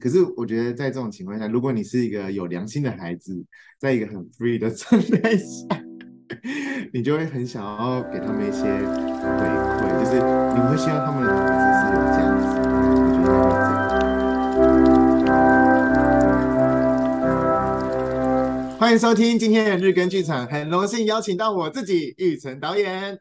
可是我觉得在这种情况下，如果你是一个有良心的孩子，在一个很 free 的状态下，你就会很想要给他们一些回馈，就是你会希望他们的投资是有价值的。我觉得应该会这样。欢迎收听今天的日更剧场，很荣幸邀请到我自己玉成导演，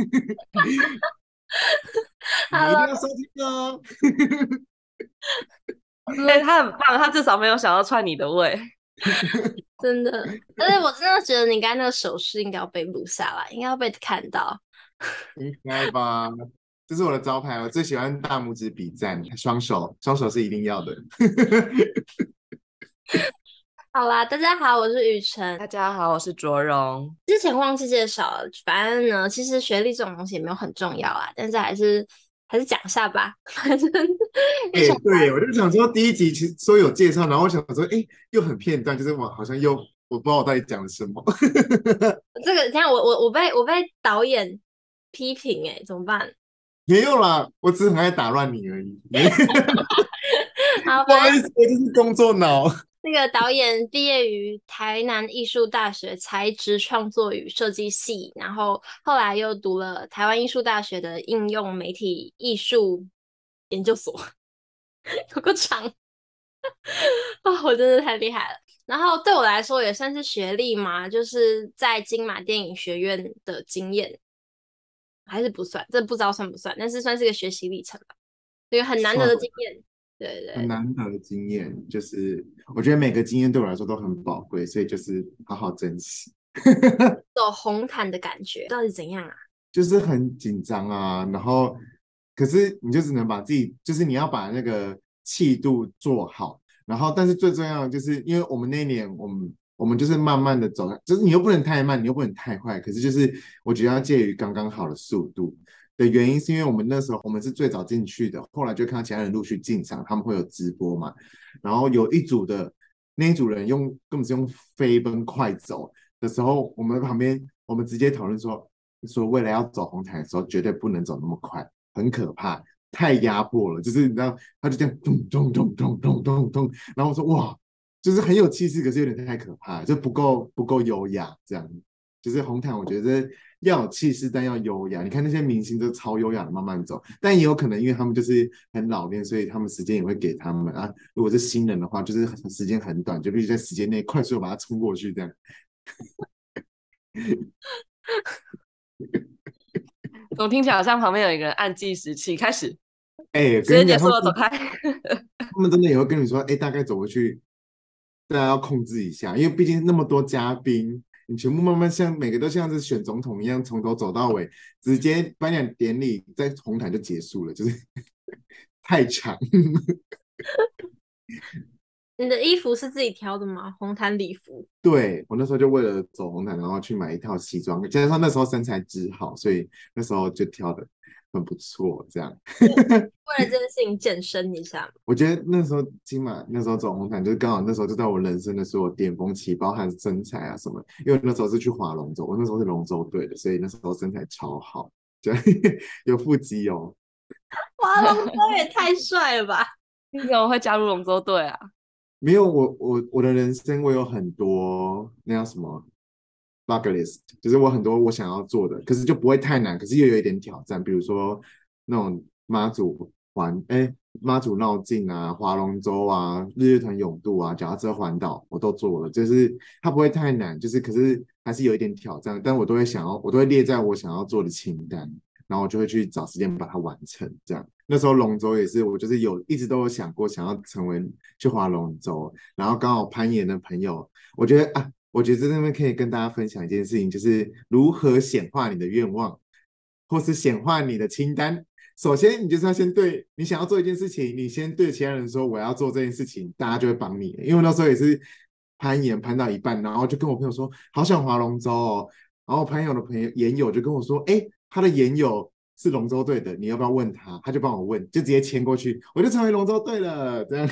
你一定 Hello， 要收听哦。 他很棒，他至少没有想要篡你的位。真的，而且我真的觉得你刚才那个手势应该要被录下来，应该要被看到。 应该吧？这是我的招牌，我最喜欢大拇指比赞，双手，双手是一定要的。 好啦，大家好，我是雨辰。 大家好，我是卓荣。 之前忘记介绍了，反正呢，其实学历这种东西也没有很重要啦，但是还是讲一下吧。反正哎、对，我就想说第一集其实说有介绍，然后我想说，哎，又很片段，就是我好像又我不知道我到底讲了什么。 这个，你看我被导演批评怎么办？ 没有啦，我只是很爱打乱你而已。 好， 不好意思，我就是工作脑。 那个导演毕业于台南艺术大学材质创作与设计系，然后后来又读了台湾艺术大学的应用媒体艺术研究所，有个长啊，我真的太厉害了。然后对我来说也算是学历嘛，就是在金马电影学院的经验，还是不算，这不知道算不算，但是算是个学习历程吧，一个很难得算的经验。对很对， 难得的经验，就是我觉得每个经验对我来说都很宝贵，所以就是好好珍惜。 走红毯的感觉到底怎样啊？ 就是很紧张啊，然后可是你就只能把自己，就是你要把那个气度做好，然后但是最重要的就是因为我们那一年我们就是慢慢的走，就是你又不能太慢，你又不能太快，可是就是我觉得要介于刚刚好的速度。的原因是因为我们那时候我们是最早进去的，后来就看到其他人陆续进场，他们会有直播嘛，然后有一组的那一组人根本是用飞奔快走的时候，我们旁边我们直接讨论说为了要走红毯的时候，绝对不能走那么快，很可怕，太压迫了。就是你知道，他就这样咚咚咚咚咚咚咚，然后我说哇，就是很有气势，可是有点太可怕，就不够优雅这样。就是红毯，我觉得要有气势，但要优雅。你看那些明星都超优雅的慢慢走，但也有可能因为他们就是很老练，所以他们时间也会给他们啊。如果是新人的话，就是时间很短，就必须在时间内快速把它冲过去这样。 怎么听起来好像旁边有一个人按计时器，开始， 哎， 时间结跟你讲， 束了，走开。 他们真的也会跟你说，哎，大概走过去，大家要控制一下，因为毕竟那么多嘉宾，你全部慢慢像每个都像是选总统一样，从头走到尾，直接颁奖典礼在红毯就结束了，就是太长。 你的衣服是自己挑的吗？红毯礼服？ 对，我那时候就为了走红毯，然后去买一套西装，加上那时候身材只好，所以那时候就挑的很不错，这样。 为了这件事情健身一下。 我觉得那时候金马那时候走红毯，就是刚好那时候就在我人生的所有巅峰期，包含身材啊什么。因为那时候是去划龙舟，我那时候是龙舟队的，所以那时候身材超好，就有腹肌哦。 划龙舟也太帅了吧！ 你怎么会加入龙舟队啊？ 没有我的人生我有很多那叫什么 bucket list，就是我很多我想要做的，可是就不会太难，可是又有一点挑战，比如说那种妈祖绕境啊、划龙舟啊、日月潭泳渡啊、脚踏车环岛，我都做了，就是它不会太难，就是可是还是有一点挑战，但我都会想要，我都会列在我想要做的清单，然后我就会去找时间把它完成，这样。那时候龙舟也是，我就是一直都有想过想要成为去划龙舟，然后刚好攀岩的朋友，我觉得在那边可以跟大家分享一件事情，就是如何显化你的愿望，或是显化你的清单。首先，你就是要先对你想要做一件事情，你先对其他人说我要做这件事情，大家就会帮你。因为那时候也是攀岩攀到一半，然后就跟我朋友说好想划龙舟哦，然后朋友的岩友就跟我说，哎，他的岩友是龙舟队的，你要不要问他？他就帮我问，就直接牵过去，我就成为龙舟队了。这样，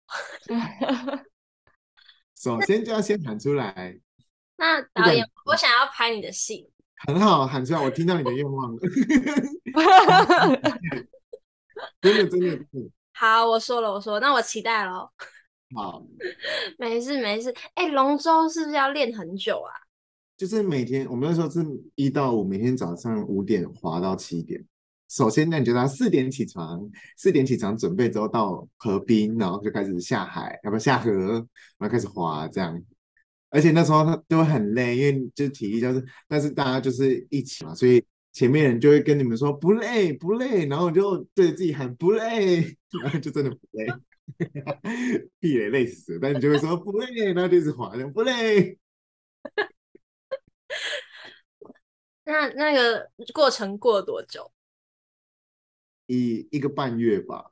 首先就要先喊出来， 那导演， 不管我想要拍你的戏。 很好喊出来，我听到你的愿望了。真的真的真的， 好，我说了，那我期待咯。 好， 没事没事。哎，龙舟是不是要练很久啊？ 就是每天我们那时候是1到5，每天早上5点滑到7点。首先呢，你就要4点起床，准备之后到河滨，然后就开始下海，要不要下河，然后开始滑这样。而且那时候都会很累，因为就是体力就是，但是大家就是一起嘛，所以前面人就会跟你们说不累不累，然后你就对着自己喊不累，然后就真的不累，屁累累死了，但你就会说不累，然后就一直滑，不累。 那个过程过了多久？ 1个半月吧，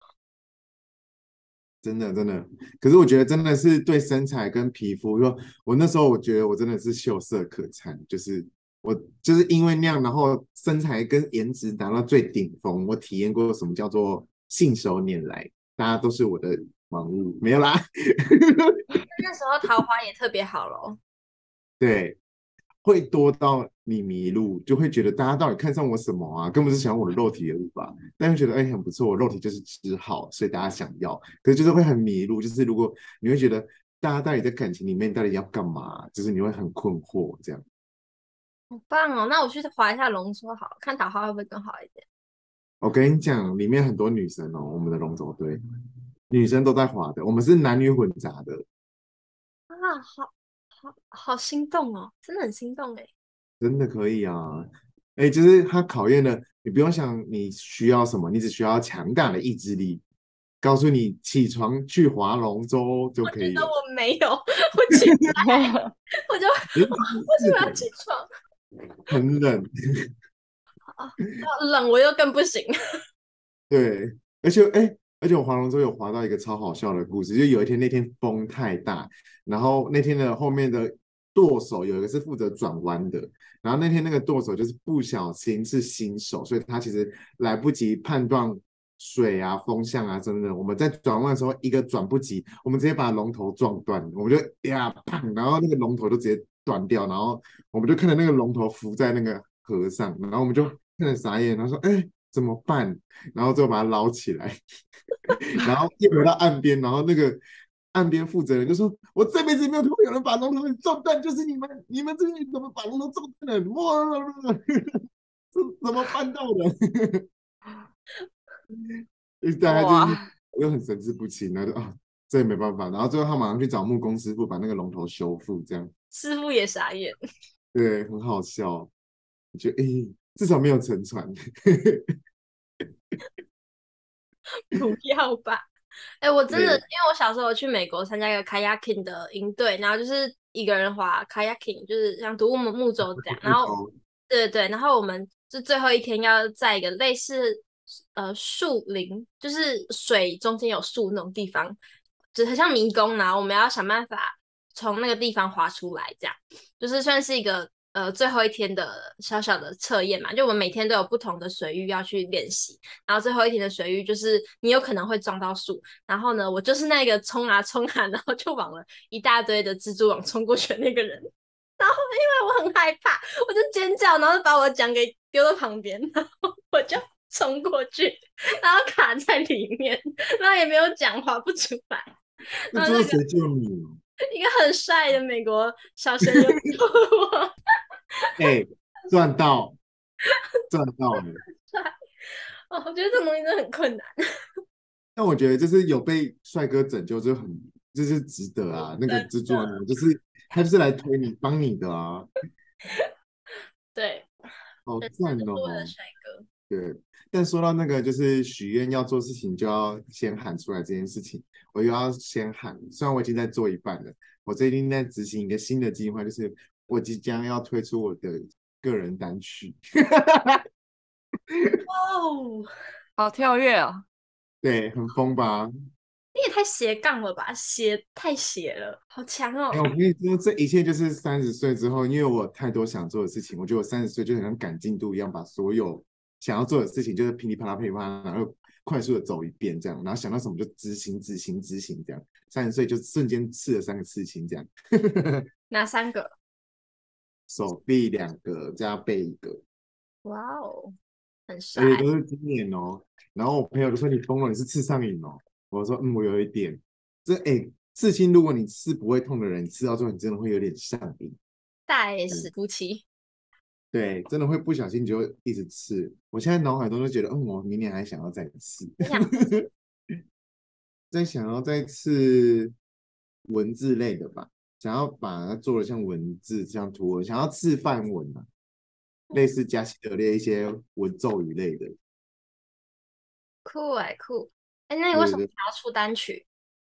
真的真的。可是我觉得真的是对身材跟皮肤，说我那时候我觉得我真的是秀色可餐，就是我就是因为那样，然后身材跟颜值达到最顶峰，我体验过什么叫做信手拈来，大家都是我的盲物，没有啦。 那时候桃花也特别好咯。 对，会多到你迷路，就会觉得大家到底看上我什么啊？根本是想要我的肉体而已吧。但是觉得哎很不错，我肉体就是只好，所以大家想要。可是就是会很迷路，就是如果你会觉得大家到底在感情里面到底要干嘛，就是你会很困惑这样。 好棒哦！那我去滑一下龙舟好了，看桃花会不会更好一点我跟你讲，里面很多女生哦，我们的龙舟队女生都在滑的，我们是男女混杂的。 啊？好心动哦，真的很心动哎。 真的可以啊。哎，就是它考验了你，不用想你需要什么，你只需要强大的意志力，告诉你起床去划龙舟就我觉得可以了。 我没有，我起不来，我就诶为什么要是的， 起床很冷。 啊？冷我又更不行。 对，而且我划龙舟有划到一个超好笑的故事，就有一天那天风太大，然后那天的后面的舵手有一个是负责转弯的，然后那天那个舵手就是不小心是新手，所以他其实来不及判断水啊、风向啊，真的，我们在转弯的时候一个转不及，我们直接把龙头撞断，我们就呀砰，然后那个龙头就直接断掉，然后我们就看着那个龙头浮在那个河上，然后我们就看着傻眼，然后说哎怎么办？然后最后把它捞起来，然后一回到岸边，然后那个岸边负责人就说：“我这辈子没有看过有人把龙头给撞断，就是你们，你们这些人怎么把龙头撞断了？哇，这怎么办到的？”大家就是哇， 又很神志不清，然后就啊，这也没办法，然后最后他马上去找木工师傅把那个龙头修复，这样师傅也傻眼。 对，很好笑。我觉得至少没有沉船。 不要吧？哎、我真的，因对， 为我小时候有去美国参加一个 kayaking 的营队，然后就是一个人划 kayaking，就是像独木舟这样。然后， 木头对对对，然后我们就最后一天要在一个类似树林，就是水中间有树那种地方，就很像迷宫，然后我们要想办法从那个地方滑出来，这样就是算是一个最后一天的小小的测验嘛。就我们每天都有不同的水域要去练习。然后最后一天的水域就是你有可能会撞到树，然后呢，我就是那个冲啊冲啊，然后就往了一大堆的蜘蛛网冲过去的那个人。然后因为我很害怕，我就尖叫，然后就把我的桨给丢到旁边，然后我就冲过去，然后卡在里面，然后也没有桨划不出来。然后那个那最后谁救你？ 一个很帅的美国小鲜肉救我， 哎，赚到赚到了。 帅哦，我觉得这种东西真的很困难。 但我觉得就是有被帅哥拯救就很就是值得啊。那个真蜘蛛的， 人就是他就是来推你帮你的啊， 对， 好人生赞就是为了哦。 帅哥。 对，但说到那个就是许愿要做事情就要先喊出来这件事情，我又要先喊。虽然我已经在做一半了，我最近在执行一个新的计划，就是我即将要推出我的个人单曲。 哦， 好跳跃哦！ 对，很疯吧？ 你也太斜杠了吧，太斜了，好强哦！ 哎，我跟你说，这一切就是30岁之后，因为我太多想做的事情，我觉得我30岁就很像赶进度一样，把所有想要做的事情就是噼里啪啦噼里啪啦，然后快速的走一遍这样，然后想到什么就执行执行执行这样。30岁就瞬间刺了3个刺青这样。 哪3个？ 手臂2个加背1个。 哇哦， 很而且帅。 都是今年哦。然后我朋友就说你疯了，你是刺上瘾哦。我说我有一点。刺青如果你是不会痛的人，你刺到最后你真的会有点上瘾。 大 S 对夫妻， 对，真的会不小心就会一直刺。我现在脑海中就觉得，我明年还想要再刺。 你想再想要再刺文字类的吧，想要把它做的像文字像图文，想要刺梵文啊，类似加西德列一些文咒语类的。 酷哎酷哎，那你为什么对对对。 想要出单曲？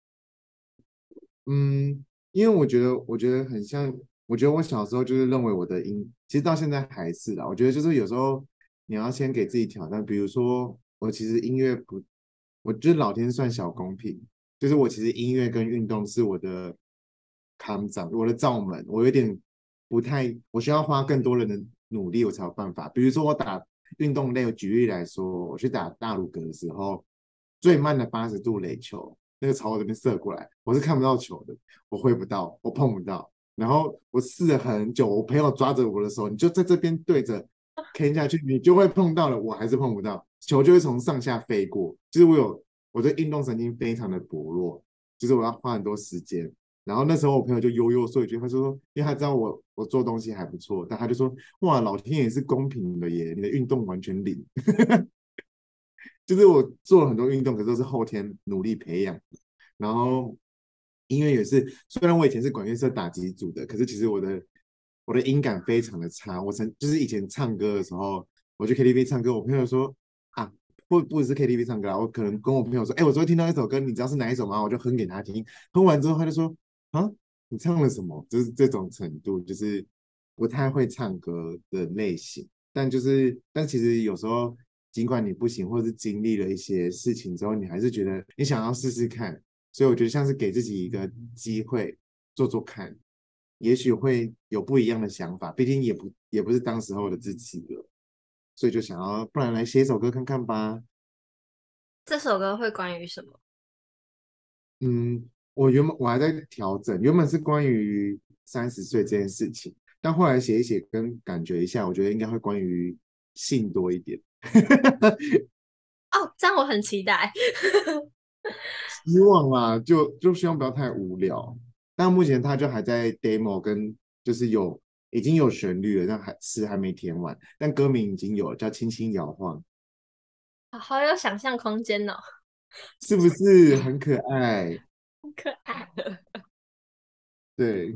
嗯，因为我觉得很像，我觉得我小时候就是认为我的音，其实到现在还是啦。我觉得就是有时候你要先给自己挑战，比如说我其实音乐不，我觉得老天算小公平，就是我其实音乐跟运动是我的康长，我的罩门，我有点不太，我需要花更多人的努力我才有办法。比如说我打运动类，举例来说，我去打大鲁阁的时候，最慢的80度垒球。那个朝我这边射过来，我是看不到球的，我挥不到，我碰不到。然后我试了很久，我朋友抓着我的手，你就在这边对着 K 下去，你就会碰到了，我还是碰不到，球就会从上下飞过。就是我对运动神经非常的薄弱，就是我要花很多时间。然后那时候我朋友就悠悠说一句，他说，因为他知道我做东西还不错，但他就说，哇，老天爷是公平的耶，你的运动完全零。就是我做了很多运动，可是都是后天努力培养的。然后音乐也是，虽然我以前是管乐社打击组的，可是其实我的音感非常的差。就是以前唱歌的时候，我去 KTV 唱歌，我朋友说啊，不只是 KTV 唱歌啊，我可能跟我朋友说，我昨天听到一首歌，你知道是哪一首吗？我就哼给他听，哼完之后他就说啊，你唱了什么？就是这种程度，就是不太会唱歌的类型。但其实有时候，尽管你不行，或者是经历了一些事情之后，你还是觉得你想要试试看。所以我觉得像是给自己一个机会做做看，也许会有不一样的想法。毕竟也不是当时候的自己了，所以就想要，不然来写一首歌看看吧。 这首歌会关于什么？ 嗯，我还在调整，原本是关于30岁这件事情，但后来写一写跟感觉一下，我觉得应该会关于性多一点。 哦，这样我很期待。 希望啊，就希望不要太无聊。但目前它就还在 demo，跟就是已经有旋律了，但还没填完，但歌名已经有了，叫《轻轻摇晃》， 好有想象空间哦， 是不是很可爱？ 很可爱。 对，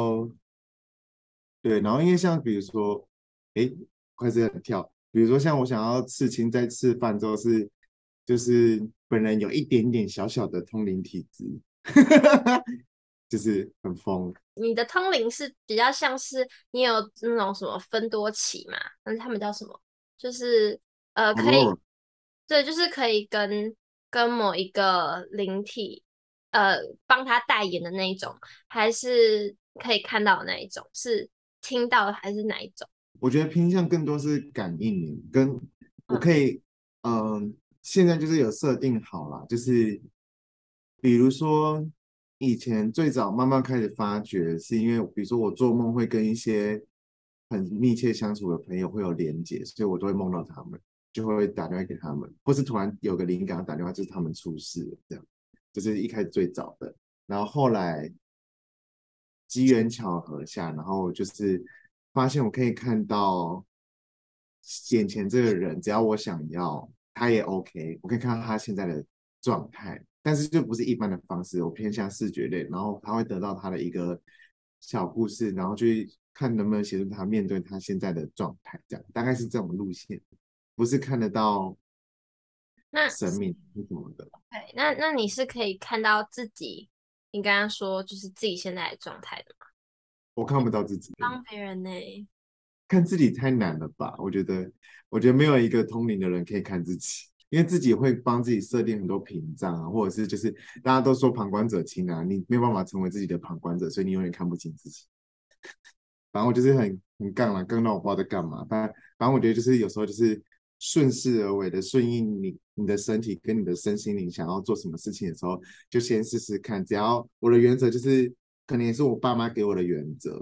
然后因为像比如说，诶，开始很跳，比如说像我想要刺青，在吃饭之后就是本人有一点点小小的通灵体质，就是很疯。 你的通灵是比较像是你有那种什么分多奇嘛？但是他们叫什么？就是可以， 哦， 对，就是可以跟某一个灵体帮他代言的那一种，还是可以看到的那一种？是听到的还是哪一种？ 我觉得偏向更多是感应你，跟我嗯， 可以，现在就是有设定好了，就是比如说以前最早慢慢开始发觉，是因为比如说我做梦会跟一些很密切相处的朋友会有连结，所以我都会梦到他们，就会打电话给他们，或是突然有个灵感打电话，就是他们出事了，这样，就是一开始最早的。然后后来机缘巧合下，然后就是发现我可以看到眼前这个人，只要我想要，他也 OK，我可以看到他现在的状态，但是就不是一般的方式，我偏向视觉类，然后他会得到他的一个小故事，然后去看能不能协助他面对他现在的状态，这样大概是这种路线，不是看得到那神明是什么的。 对，那你是可以看到自己，你刚刚说就是自己现在的状态的吗？ 我看不到自己。 帮别人呢？ 看自己太难了吧？我觉得没有一个通灵的人可以看自己，因为自己会帮自己设定很多屏障啊，或者是就是大家都说旁观者清啊，你没有办法成为自己的旁观者，所以你永远看不清自己。反正我就是很杠了，杠到我不知道在干嘛。反正我觉得就是有时候就是顺势而为的顺应你的身体跟你的身心灵想要做什么事情的时候，就先试试看。只要我的原则就是，可能也是我爸妈给我的原则，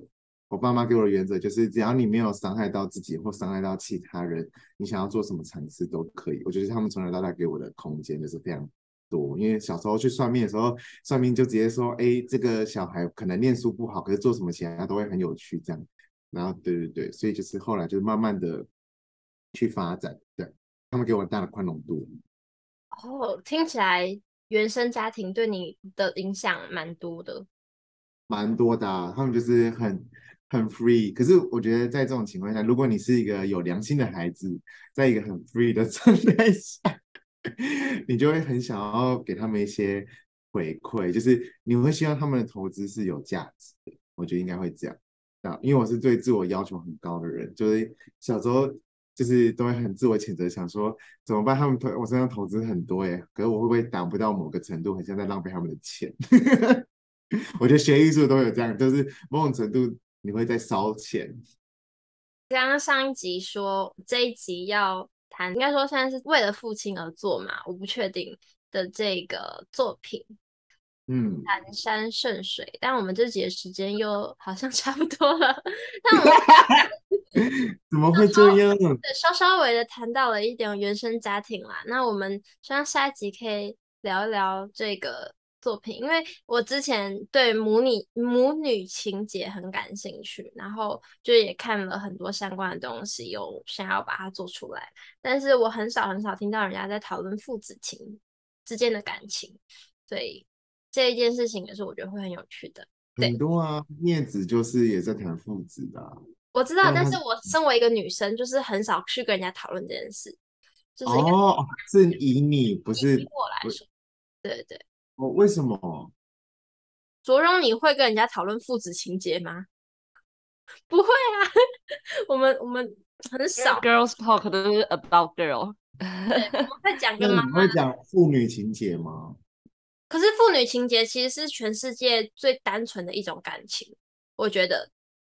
我爸妈给我的原则就是，只要你没有伤害到自己或伤害到其他人，你想要做什么尝试都可以。我觉得他们从小到大给我的空间就是非常多，因为小时候去算命的时候，算命就直接说，哎，这个小孩可能念书不好，可是做什么其他都会很有趣这样。然后对对对，所以就是后来就是慢慢的去发展，对，他们给我很大的宽容度。 哦，听起来原生家庭对你的影响蛮多的。 蛮多的啊，他们就是很 free。可是我觉得在这种情况下，如果你是一个有良心的孩子，在一个很 free 的状态下，你就会很想要给他们一些回馈，就是你会希望他们的投资是有价值的。我觉得应该会这样啊，因为我是对自我要求很高的人，就是小时候就是都会很自我谴责，想说怎么办？他们投我身上投资很多耶，可是我会不会达不到某个程度，很像在浪费他们的钱？我觉得学艺术都有这样，就是某种程度你会在烧钱。 刚刚上一集说这一集要谈，应该说现在是为了父亲而做嘛，我不确定的这个作品嗯， 《寒山顺水》，但我们这集的时间又好像差不多了，但我们怎么会这样？ 对稍微的谈到了一点原生家庭啦。那我们希望下一集可以聊一聊这个作品，因为我之前对母女情节很感兴趣，然后就也看了很多相关的东西，有想要把它做出来。但是我很少听到人家在讨论父子情之间的感情，所以这一件事情也是我觉得会很有趣的。 很对。 多啊，镊子就是也在谈父子的啊， 我知道， 不然他但是我身为一个女生，就是很少去跟人家讨论这件事，就是应该哦，是以你不以是我来不说，对对。 哦？为什么？ 卓荣，你会跟人家讨论父子情节吗？不会啊，我们很因为少， girls talk 都是 about girl。 我们会讲跟那妈妈。 你会讲父女情节吗？ 可是父女情节其实是全世界最单纯的一种感情，我觉得。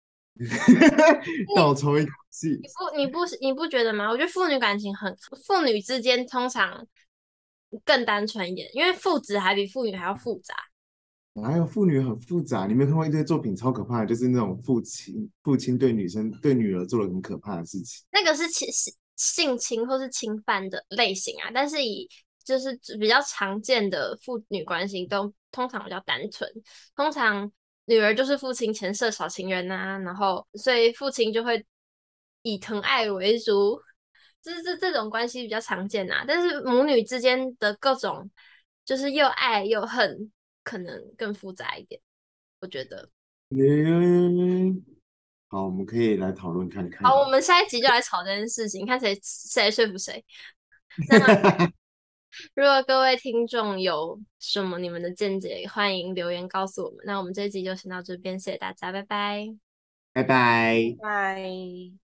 倒你抽一口气， 你不觉得吗？我觉得父女感情父女之间通常更单纯一点，因为父子还比父女还要复杂。 哪有父女很复杂？你没有看过一堆作品超可怕的，就是那种父亲对女儿做了很可怕的事情。 那个是性侵或是侵犯的类型啊，但是就是比较常见的父女关系都通常比较单纯，通常女儿就是父亲前设小情人啊，然后所以父亲就会以疼爱为主，就是这种关系比较常见啊，但是母女之间的各种就是又爱又恨，可能更复杂一点，我觉得。 嗯，好，我们可以来讨论看看。 好，我们下一集就来吵这件事情，看谁说服谁。那如果各位听众有什么你们的见解，欢迎留言告诉我们。那我们这一集就先到这边，谢谢大家，拜拜。 拜拜。 拜。